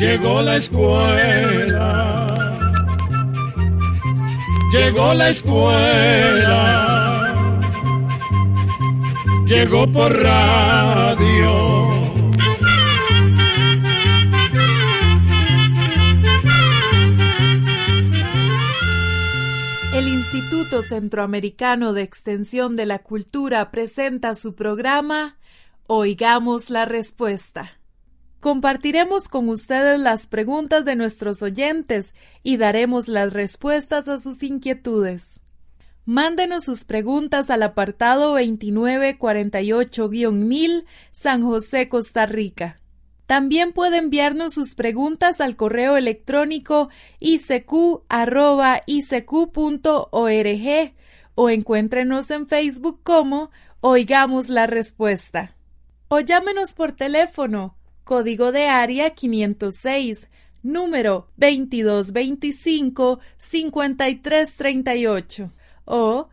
Llegó la escuela, llegó la escuela, llegó por radio. El Instituto Centroamericano de Extensión de la Cultura presenta su programa Oigamos la Respuesta. Compartiremos con ustedes las preguntas de nuestros oyentes y daremos las respuestas a sus inquietudes. Mándenos sus preguntas al apartado 2948-1000, San José, Costa Rica. También puede enviarnos sus preguntas al correo electrónico icq@icq.org o encuéntrenos en Facebook como Oigamos la Respuesta. O llámenos por teléfono, código de área 506, número 2225-5338 o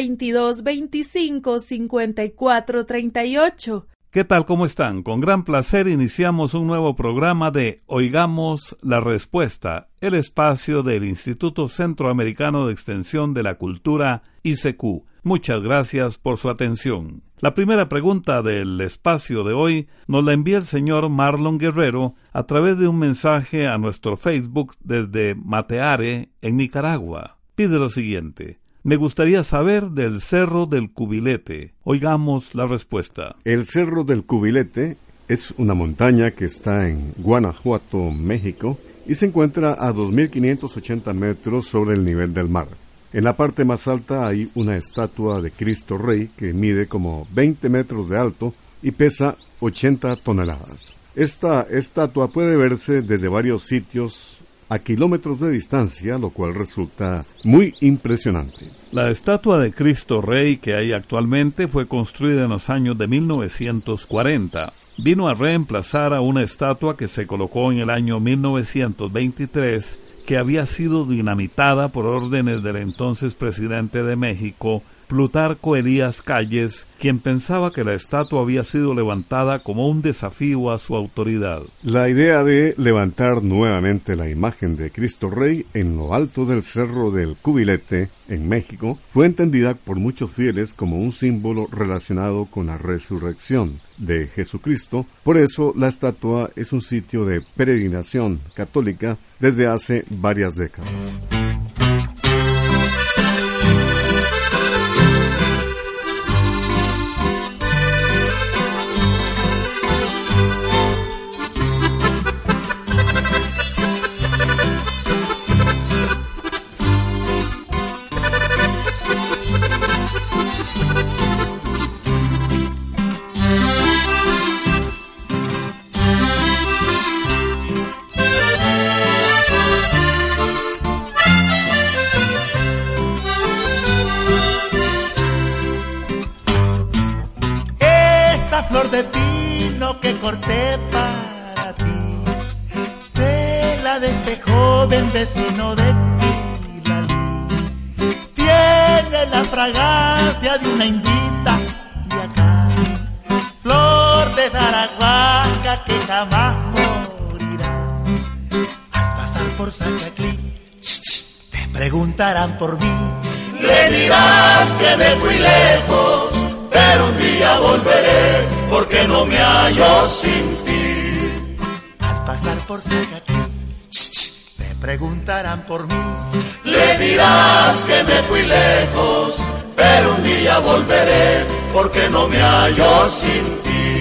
2225-5438. ¿Qué tal? ¿Cómo están? Con gran placer iniciamos un nuevo programa de Oigamos la Respuesta, el espacio del Instituto Centroamericano de Extensión de la Cultura, ICQ. Muchas gracias por su atención. La primera pregunta del espacio de hoy nos la envía el señor Marlon Guerrero a través de un mensaje a nuestro Facebook desde Mateare, en Nicaragua. Pide lo siguiente: me gustaría saber del Cerro del Cubilete. Oigamos la respuesta. El Cerro del Cubilete es una montaña que está en Guanajuato, México, y se encuentra a 2.580 metros sobre el nivel del mar. En la parte más alta hay una estatua de Cristo Rey que mide como 20 metros de alto y pesa 80 toneladas. Esta estatua puede verse desde varios sitios a kilómetros de distancia, lo cual resulta muy impresionante. La estatua de Cristo Rey que hay actualmente fue construida en los años de 1940. Vino a reemplazar a una estatua que se colocó en el año 1923, que había sido dinamitada por órdenes del entonces presidente de México, Plutarco Elías Calles, quien pensaba que la estatua había sido levantada como un desafío a su autoridad. La idea de levantar nuevamente la imagen de Cristo Rey en lo alto del Cerro del Cubilete, en México, fue entendida por muchos fieles como un símbolo relacionado con la resurrección de Jesucristo. Por eso, la estatua es un sitio de peregrinación católica desde hace varias décadas. Flor de pino que corté para ti, tela de este joven vecino de Pilalí, tiene la fragancia de una indita de acá, flor de Zaragoza que jamás morirá. Al pasar por Zacaclí, te preguntarán por mí, le dirás que me fui lejos, pero un día volveré, porque no me hallo sin ti. Al pasar por Zacaclí, te preguntarán por mí, le dirás que me fui lejos, pero un día volveré, porque no me hallo sin ti.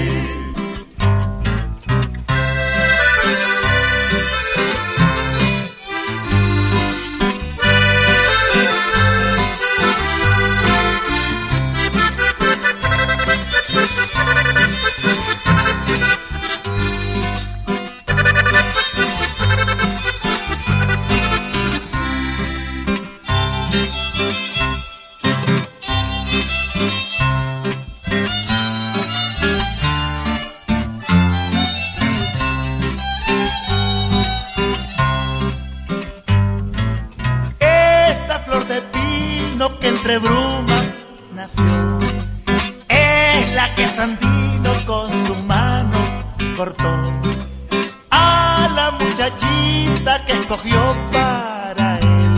Entre brumas nació, es la que Sandino con su mano cortó a la muchacha muchachita que escogió para él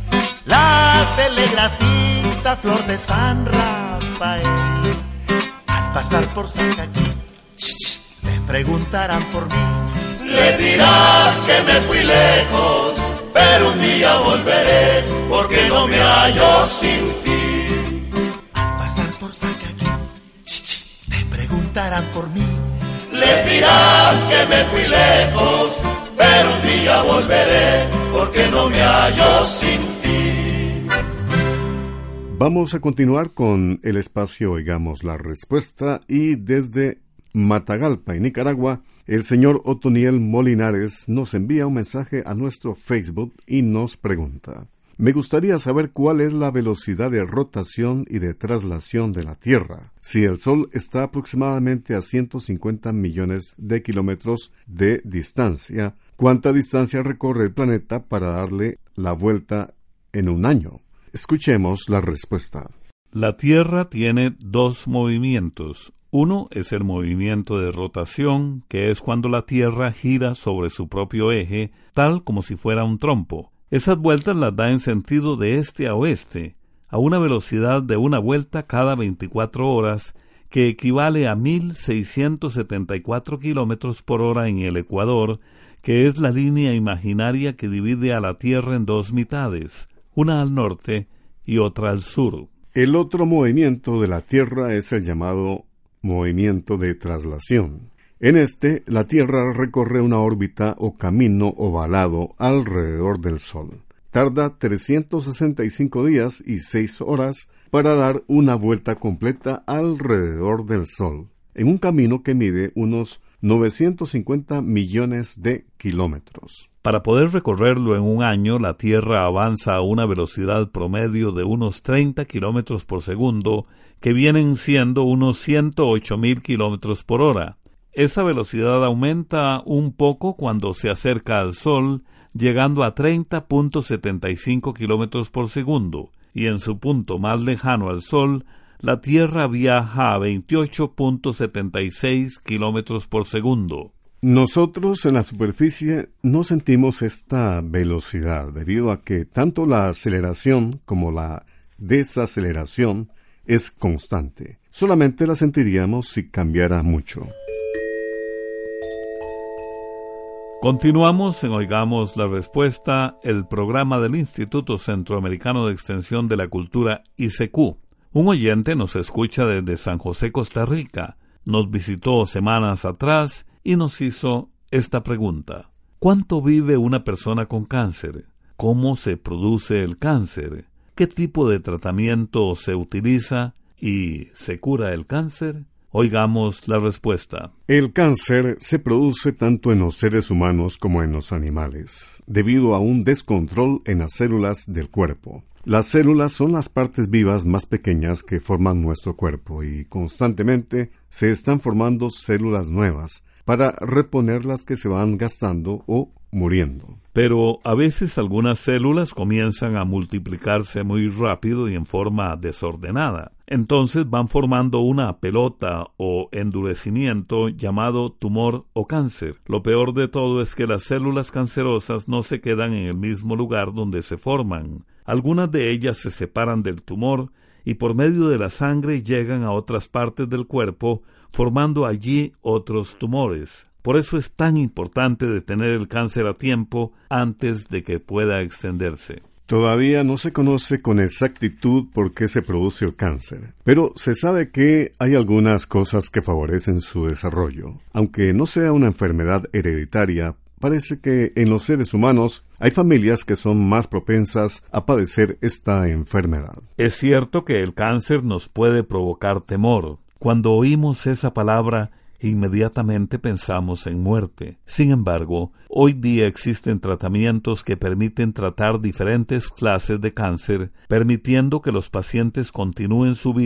la telegrafista Flor de San Rafael. Al pasar por Zacaquí, les preguntarán por mí. Le dirás que me fui lejos, pero un día volveré, porque no me hallo sin ti. Al pasar por Zacaquí, les preguntarán por mí. Les dirás que me fui lejos, pero un día volveré, porque no me hallo sin ti. Vamos a continuar con el espacio Oigamos la Respuesta, y desde Matagalpa, en Nicaragua, el señor Otoniel Molinares nos envía un mensaje a nuestro Facebook y nos pregunta: me gustaría saber cuál es la velocidad de rotación y de traslación de la Tierra. Si el Sol está aproximadamente a 150 millones de kilómetros de distancia, ¿cuánta distancia recorre el planeta para darle la vuelta en un año? Escuchemos la respuesta. La Tierra tiene dos movimientos. Uno es el movimiento de rotación, que es cuando la Tierra gira sobre su propio eje, tal como si fuera un trompo. Esas vueltas las da en sentido de este a oeste, a una velocidad de una vuelta cada 24 horas, que equivale a 1.674 kilómetros por hora en el ecuador, que es la línea imaginaria que divide a la Tierra en dos mitades, una al norte y otra al sur. El otro movimiento de la Tierra es el llamado movimiento de traslación. En este, la Tierra recorre una órbita o camino ovalado alrededor del Sol. Tarda 365 días y 6 horas para dar una vuelta completa alrededor del Sol, en un camino que mide unos 950 millones de kilómetros. Para poder recorrerlo en un año, la Tierra avanza a una velocidad promedio de unos 30 kilómetros por segundo, que vienen siendo unos 108.000 kilómetros por hora. Esa velocidad aumenta un poco cuando se acerca al Sol, llegando a 30.75 kilómetros por segundo, y en su punto más lejano al Sol, la Tierra viaja a 28.76 kilómetros por segundo. Nosotros en la superficie no sentimos esta velocidad debido a que tanto la aceleración como la desaceleración es constante. Solamente la sentiríamos si cambiara mucho. Continuamos en Oigamos la Respuesta, el programa del Instituto Centroamericano de Extensión de la Cultura, ICQ. Un oyente nos escucha desde San José, Costa Rica. Nos visitó semanas atrás y nos hizo esta pregunta: ¿cuánto vive una persona con cáncer? ¿Cómo se produce el cáncer? ¿Qué tipo de tratamiento se utiliza? ¿Y se cura el cáncer? Oigamos la respuesta. El cáncer se produce tanto en los seres humanos como en los animales, debido a un descontrol en las células del cuerpo. Las células son las partes vivas más pequeñas que forman nuestro cuerpo y constantemente se están formando células nuevas para reponer las que se van gastando o muriendo. Pero a veces algunas células comienzan a multiplicarse muy rápido y en forma desordenada. Entonces van formando una pelota o endurecimiento llamado tumor o cáncer. Lo peor de todo es que las células cancerosas no se quedan en el mismo lugar donde se forman. Algunas de ellas se separan del tumor y por medio de la sangre llegan a otras partes del cuerpo, formando allí otros tumores. Por eso es tan importante detener el cáncer a tiempo antes de que pueda extenderse. Todavía no se conoce con exactitud por qué se produce el cáncer, pero se sabe que hay algunas cosas que favorecen su desarrollo. Aunque no sea una enfermedad hereditaria, parece que en los seres humanos hay familias que son más propensas a padecer esta enfermedad. Es cierto que el cáncer nos puede provocar temor. Cuando oímos esa palabra, inmediatamente pensamos en muerte. Sin embargo, hoy día existen tratamientos que permiten tratar diferentes clases de cáncer, permitiendo que los pacientes continúen su vida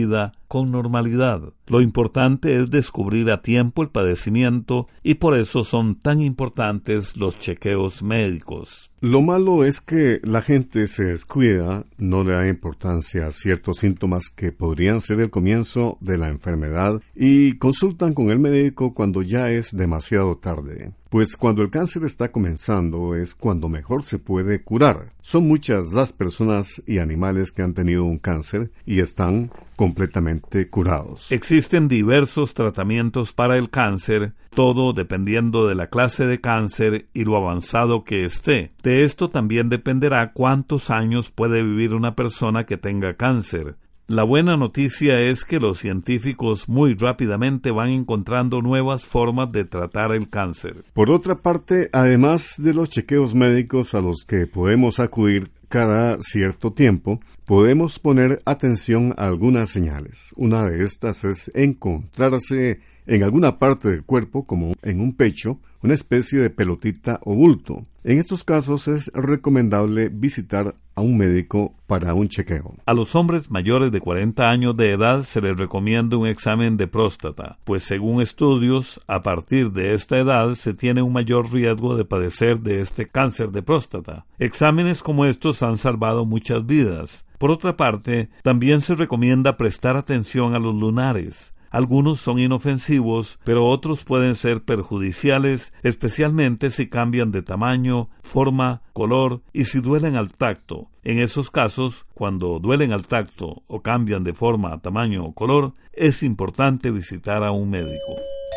con normalidad. Lo importante es descubrir a tiempo el padecimiento y por eso son tan importantes los chequeos médicos. Lo malo es que la gente se descuida, no le da importancia a ciertos síntomas que podrían ser el comienzo de la enfermedad y consultan con el médico cuando ya es demasiado tarde. Pues cuando el cáncer está comenzando es cuando mejor se puede curar. Son muchas las personas y animales que han tenido un cáncer y están completamente curados. Existen diversos tratamientos para el cáncer, todo dependiendo de la clase de cáncer y lo avanzado que esté. De esto también dependerá cuántos años puede vivir una persona que tenga cáncer. La buena noticia es que los científicos muy rápidamente van encontrando nuevas formas de tratar el cáncer. Por otra parte, además de los chequeos médicos a los que podemos acudir cada cierto tiempo, podemos poner atención a algunas señales. Una de estas es encontrarse en alguna parte del cuerpo, como en un pecho, una especie de pelotita o bulto. En estos casos es recomendable visitar a un médico para un chequeo. A los hombres mayores de 40 años de edad se les recomienda un examen de próstata, pues según estudios, a partir de esta edad se tiene un mayor riesgo de padecer de este cáncer de próstata. Exámenes como estos han salvado muchas vidas. Por otra parte, también se recomienda prestar atención a los lunares. Algunos son inofensivos, pero otros pueden ser perjudiciales, especialmente si cambian de tamaño, forma, color y si duelen al tacto. En esos casos, cuando duelen al tacto o cambian de forma, tamaño o color, es importante visitar a un médico.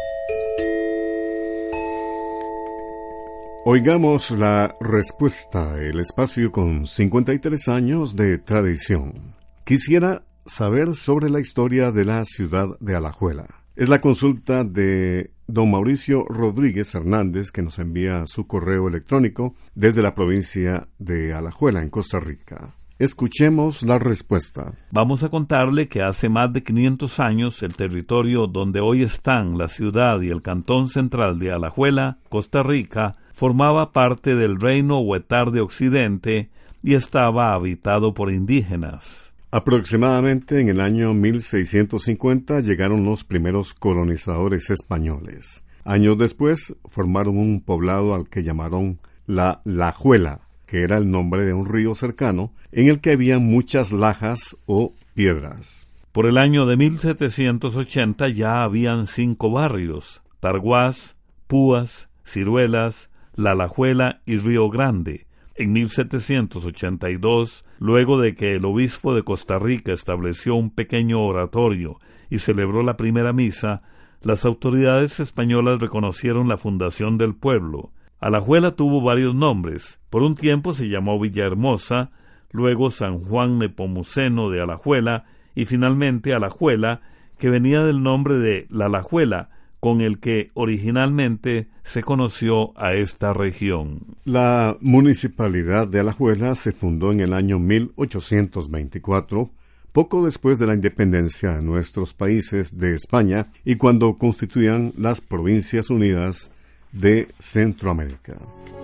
Oigamos la respuesta, el espacio con 53 años de tradición. Quisiera saber sobre la historia de la ciudad de Alajuela. Es la consulta de don Mauricio Rodríguez Hernández, que nos envía su correo electrónico desde la provincia de Alajuela, en Costa Rica. Escuchemos la respuesta. Vamos a contarle que hace más de 500 años el territorio donde hoy están la ciudad y el cantón central de Alajuela, Costa Rica, formaba parte del reino Huetar de Occidente y estaba habitado por indígenas. Aproximadamente en el año 1650 llegaron los primeros colonizadores españoles. Años después formaron un poblado al que llamaron la Lajuela, que era el nombre de un río cercano en el que había muchas lajas o piedras. Por el año de 1780 ya habían 5 barrios: Targuás, Púas, Ciruelas, La Lajuela y Río Grande. En 1782, luego de que el obispo de Costa Rica estableció un pequeño oratorio y celebró la primera misa, las autoridades españolas reconocieron la fundación del pueblo. Alajuela tuvo varios nombres. Por un tiempo se llamó Villahermosa, luego San Juan Nepomuceno de Alajuela y finalmente Alajuela, que venía del nombre de La Lajuela, con el que originalmente se conoció a esta región. La municipalidad de Alajuela se fundó en el año 1824, poco después de la independencia de nuestros países de España y cuando constituían las Provincias Unidas de Centroamérica.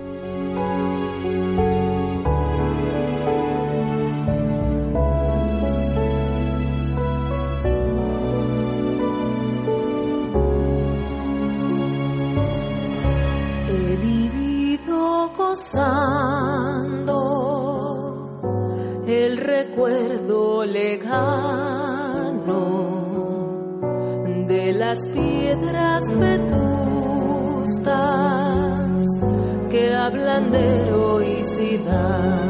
El recuerdo lejano de las piedras vetustas que hablan de heroicidad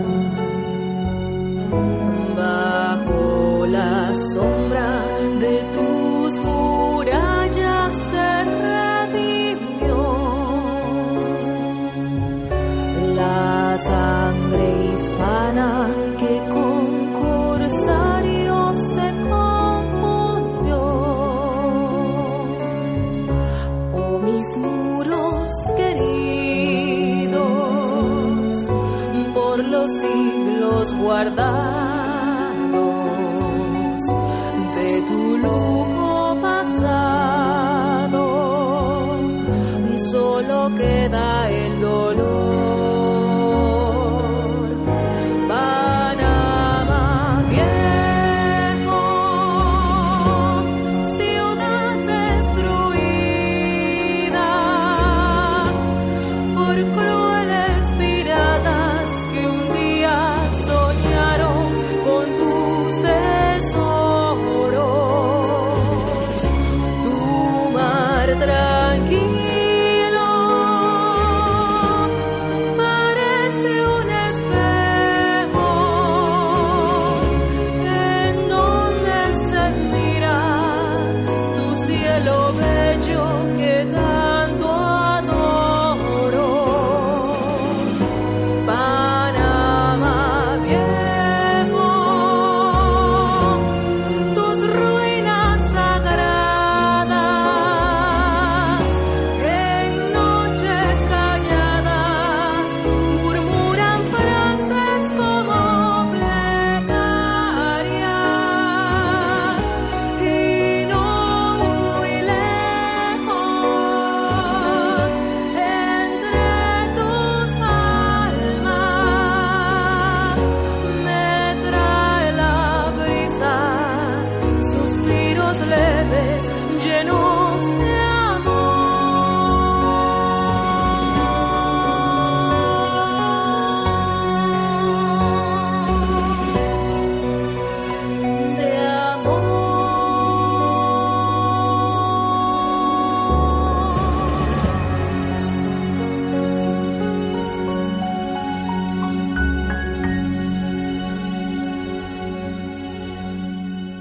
bajo la sombra de tus murallas se redimió la sangre hispana que con corsarios se confundió. Oh, mis muros queridos, por los siglos guardados de tu lujo pasado, solo queda el dolor. Panamá viejo,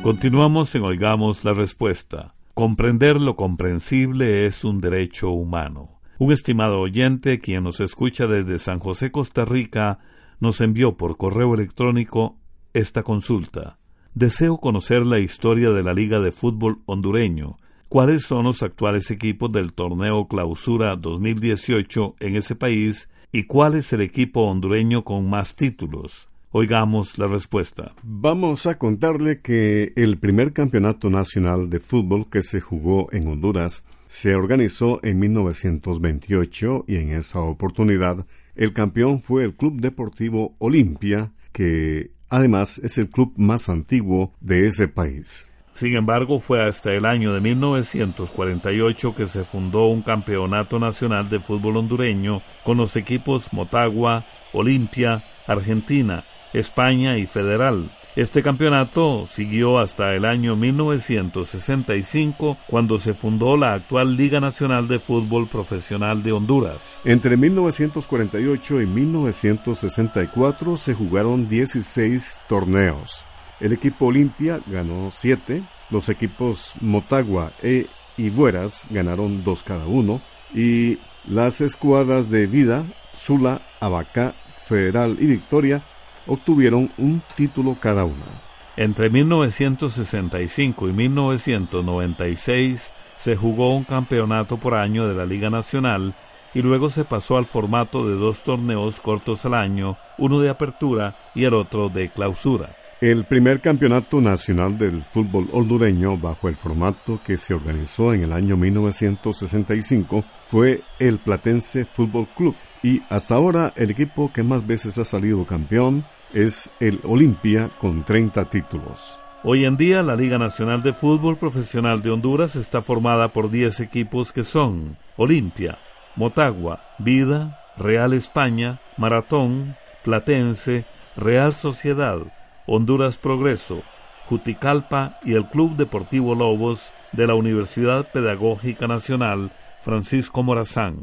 Continuamos en Oigamos la Respuesta. Comprender lo comprensible es un derecho humano. Un estimado oyente, quien nos escucha desde San José, Costa Rica, nos envió por correo electrónico esta consulta. Deseo conocer la historia de la Liga de Fútbol hondureño. ¿Cuáles son los actuales equipos del torneo Clausura 2018 en ese país y cuál es el equipo hondureño con más títulos? Oigamos la respuesta. Vamos a contarle que el primer campeonato nacional de fútbol que se jugó en Honduras se organizó en 1928 y en esa oportunidad el campeón fue el Club Deportivo Olimpia, que además es el club más antiguo de ese país. Sin embargo, fue hasta el año de 1948 que se fundó un campeonato nacional de fútbol hondureño con los equipos Motagua, Olimpia, Argentina, España y Federal. Este campeonato siguió hasta el año 1965, cuando se fundó la actual Liga Nacional de Fútbol Profesional de Honduras. Entre 1948 y 1964 se jugaron 16 torneos. El equipo Olimpia ganó 7, los equipos Motagua e Ibueras ganaron 2 cada uno, y las escuadras de Vida, Sula, Abacá, Federal y Victoria obtuvieron un título cada una. Entre 1965 y 1996 se jugó un campeonato por año de la Liga Nacional y luego se pasó al formato de 2 torneos cortos al año, uno de apertura y el otro de clausura. El primer campeonato nacional del fútbol hondureño bajo el formato que se organizó en el año 1965 fue el Platense Fútbol Club, y hasta ahora el equipo que más veces ha salido campeón es el Olimpia con 30 títulos. Hoy en día la Liga Nacional de Fútbol Profesional de Honduras está formada por 10 equipos que son Olimpia, Motagua, Vida, Real España, Maratón, Platense, Real Sociedad, Honduras Progreso, Juticalpa y el Club Deportivo Lobos de la Universidad Pedagógica Nacional Francisco Morazán.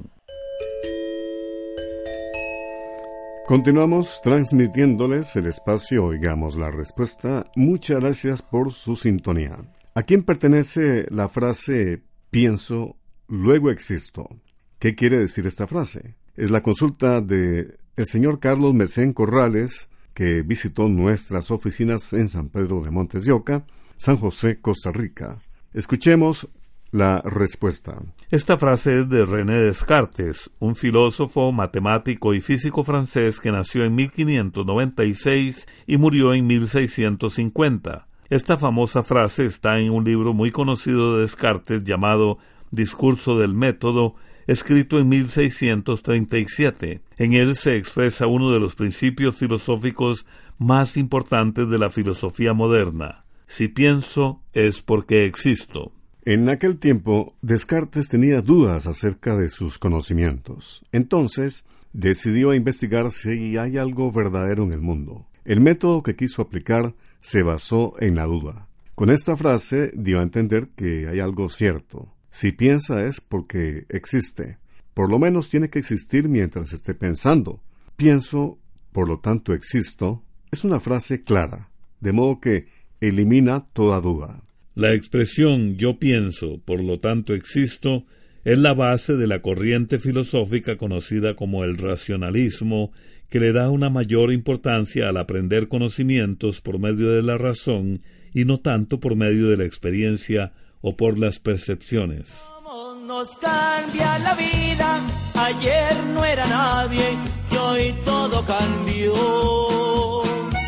Continuamos transmitiéndoles el espacio Oigamos la Respuesta. Muchas gracias por su sintonía. ¿A quién pertenece la frase pienso, luego existo? ¿Qué quiere decir esta frase? Es la consulta de el señor Carlos Mesén Corrales, que visitó nuestras oficinas en San Pedro de Montes de Oca, San José, Costa Rica. Escuchemos la respuesta. Esta frase es de René Descartes, un filósofo, matemático y físico francés que nació en 1596 y murió en 1650. Esta famosa frase está en un libro muy conocido de Descartes llamado Discurso del Método, escrito en 1637. En él se expresa uno de los principios filosóficos más importantes de la filosofía moderna. Si pienso, es porque existo. En aquel tiempo, Descartes tenía dudas acerca de sus conocimientos. Entonces, decidió investigar si hay algo verdadero en el mundo. El método que quiso aplicar se basó en la duda. Con esta frase dio a entender que hay algo cierto. Si piensa es porque existe. Por lo menos tiene que existir mientras esté pensando. Pienso, por lo tanto existo, es una frase clara, de modo que elimina toda duda. La expresión yo pienso, por lo tanto existo, es la base de la corriente filosófica conocida como el racionalismo, que le da una mayor importancia al aprender conocimientos por medio de la razón y no tanto por medio de la experiencia o por las percepciones. ¿Cómo nos cambia la vida? Ayer no era nadie y hoy todo cambió.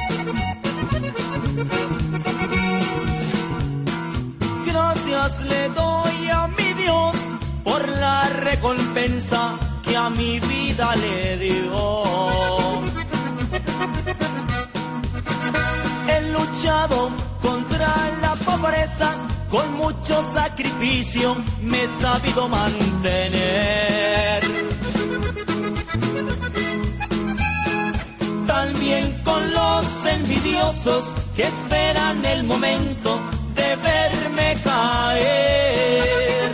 Gracias le doy a mi Dios por la recompensa que a mi vida le dio. He luchado contra la pobreza, con mucho sacrificio me he sabido mantener. También con los envidiosos que esperan el momento de verme caer.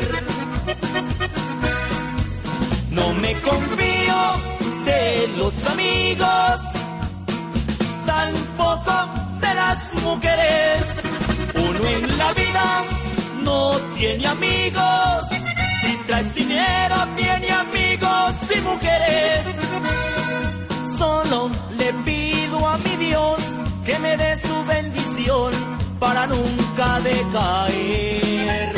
No me confío de los amigos, tampoco de las mujeres. Uno en la vida no tiene amigos, si traes dinero tiene amigos y mujeres. Solo le pido a mi Dios que me dé su bendición para nunca decaer.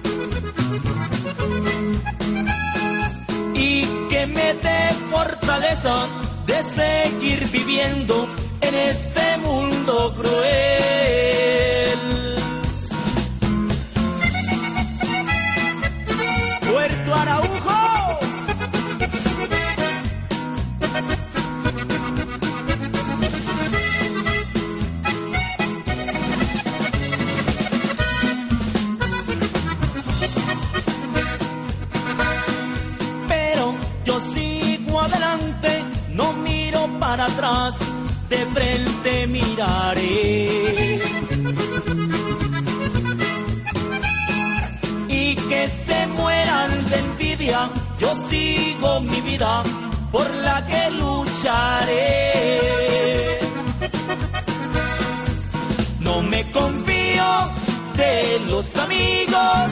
Y que me dé fortaleza de seguir viviendo en este mundo cruel. Puerto Araujo. Pero yo sigo adelante, no miro para atrás, de frente miraré. Y que se mueran de envidia, yo sigo mi vida por la que lucharé. No me confío de los amigos,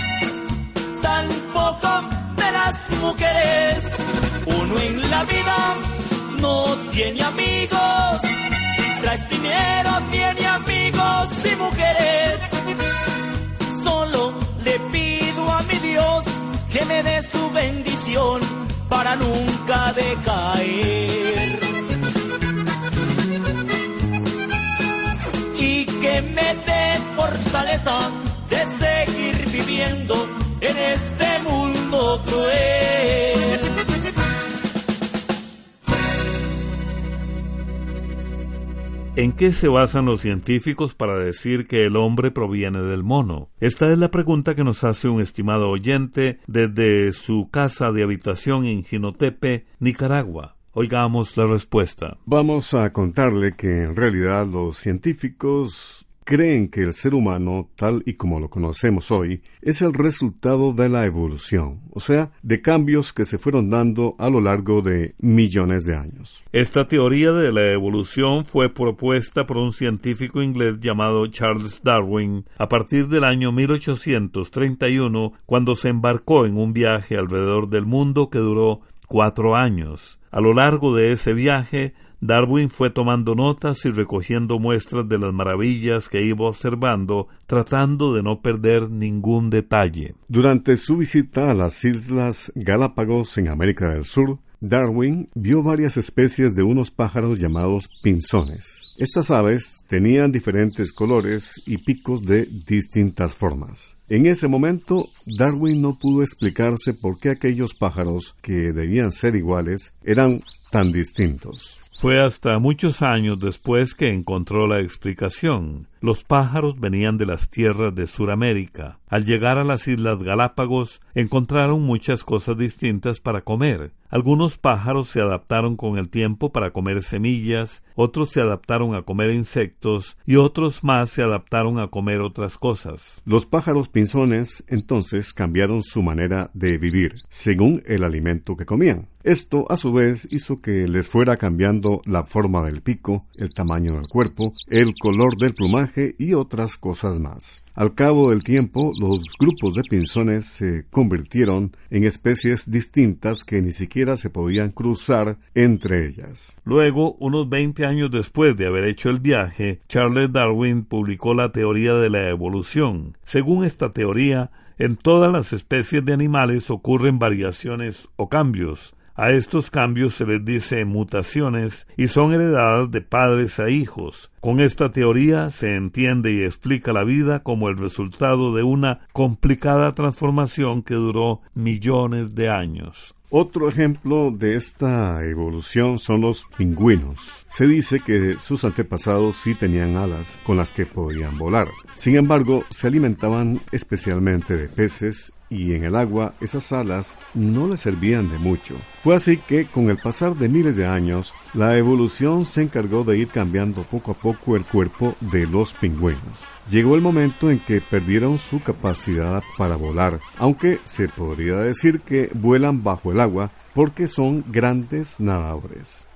tampoco de las mujeres. Uno en la vida no tiene amigos, si traes dinero tiene amigos y mujeres. Solo le pido a mi Dios que me dé su bendición para nunca decaer. Y que me dé fortaleza de seguir viviendo en este mundo cruel. ¿En qué se basan los científicos para decir que el hombre proviene del mono? Esta es la pregunta que nos hace un estimado oyente desde su casa de habitación en Jinotepe, Nicaragua. Oigamos la respuesta. Vamos a contarle que en realidad los científicos creen que el ser humano, tal y como lo conocemos hoy, es el resultado de la evolución, o sea, de cambios que se fueron dando a lo largo de millones de años. Esta teoría de la evolución fue propuesta por un científico inglés llamado Charles Darwin a partir del año 1831, cuando se embarcó en un viaje alrededor del mundo que duró 4 años. A lo largo de ese viaje, Darwin fue tomando notas y recogiendo muestras de las maravillas que iba observando, tratando de no perder ningún detalle. Durante su visita a las Islas Galápagos en América del Sur, Darwin vio varias especies de unos pájaros llamados pinzones. Estas aves tenían diferentes colores y picos de distintas formas. En ese momento, Darwin no pudo explicarse por qué aquellos pájaros, que debían ser iguales, eran tan distintos. Fue hasta muchos años después que encontró la explicación. Los pájaros venían de las tierras de Sudamérica. Al llegar a las Islas Galápagos, encontraron muchas cosas distintas para comer. Algunos pájaros se adaptaron con el tiempo para comer semillas, otros se adaptaron a comer insectos y otros más se adaptaron a comer otras cosas. Los pájaros pinzones entonces cambiaron su manera de vivir según el alimento que comían. Esto a su vez hizo que les fuera cambiando la forma del pico, el tamaño del cuerpo, el color del plumaje y otras cosas más. Al cabo del tiempo, los grupos de pinzones se convirtieron en especies distintas que ni siquiera se podían cruzar entre ellas. Luego, unos 20 años después de haber hecho el viaje, Charles Darwin publicó la teoría de la evolución. Según esta teoría, en todas las especies de animales ocurren variaciones o cambios. A estos cambios se les dice mutaciones y son heredadas de padres a hijos. Con esta teoría se entiende y explica la vida como el resultado de una complicada transformación que duró millones de años. Otro ejemplo de esta evolución son los pingüinos. Se dice que sus antepasados sí tenían alas con las que podían volar. Sin embargo, se alimentaban especialmente de peces y en el agua esas alas no les servían de mucho. Fue así que, con el pasar de miles de años, la evolución se encargó de ir cambiando poco a poco el cuerpo de los pingüinos. Llegó el momento en que perdieron su capacidad para volar, aunque se podría decir que vuelan bajo el agua porque son grandes nadadores.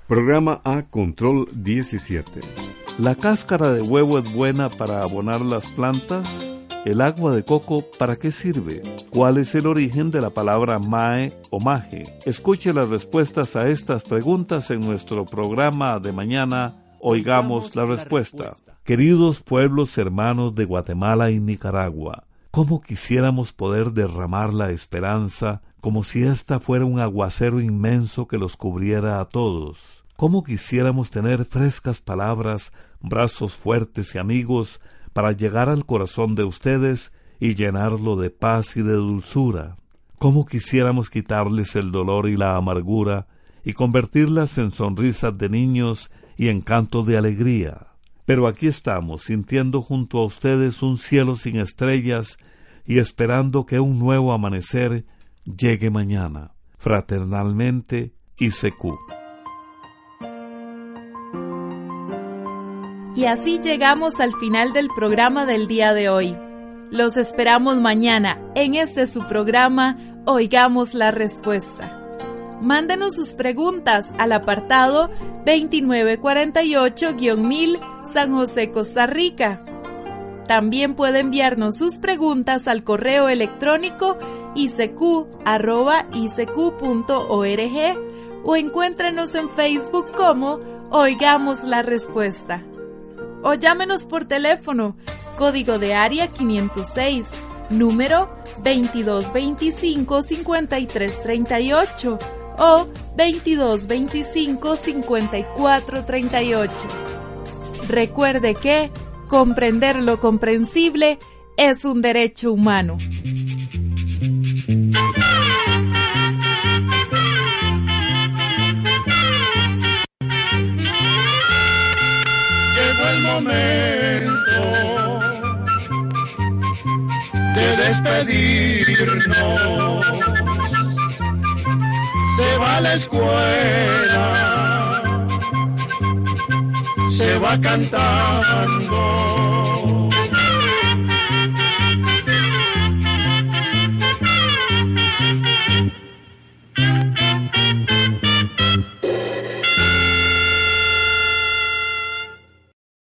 Programa A Control 17. ¿La cáscara de huevo es buena para abonar las plantas? ¿El agua de coco para qué sirve? ¿Cuál es el origen de la palabra mae o maje? Escuche las respuestas a estas preguntas en nuestro programa de mañana, Oigamos la Respuesta. Queridos pueblos hermanos de Guatemala y Nicaragua, ¿cómo quisiéramos poder derramar la esperanza como si ésta fuera un aguacero inmenso que los cubriera a todos? ¿Cómo quisiéramos tener frescas palabras, brazos fuertes y amigos para llegar al corazón de ustedes y llenarlo de paz y de dulzura? ¿Cómo quisiéramos quitarles el dolor y la amargura y convertirlas en sonrisas de niños y en cantos de alegría? Pero aquí estamos, sintiendo junto a ustedes un cielo sin estrellas y esperando que un nuevo amanecer llegue mañana. Fraternalmente, ICQ. Y así llegamos al final del programa del día de hoy. Los esperamos mañana en su programa Oigamos la Respuesta. Mándenos sus preguntas al apartado 2948-1000 San José, Costa Rica. También puede enviarnos sus preguntas al correo electrónico icq@icq.org o encuéntrenos en Facebook como Oigamos la Respuesta. O llámenos por teléfono, código de área 506, número 2225-5338 o 2225-5438. Recuerde que comprender lo comprensible es un derecho humano. Llegó el momento de despedirnos. Se va a la escuela, se va cantando.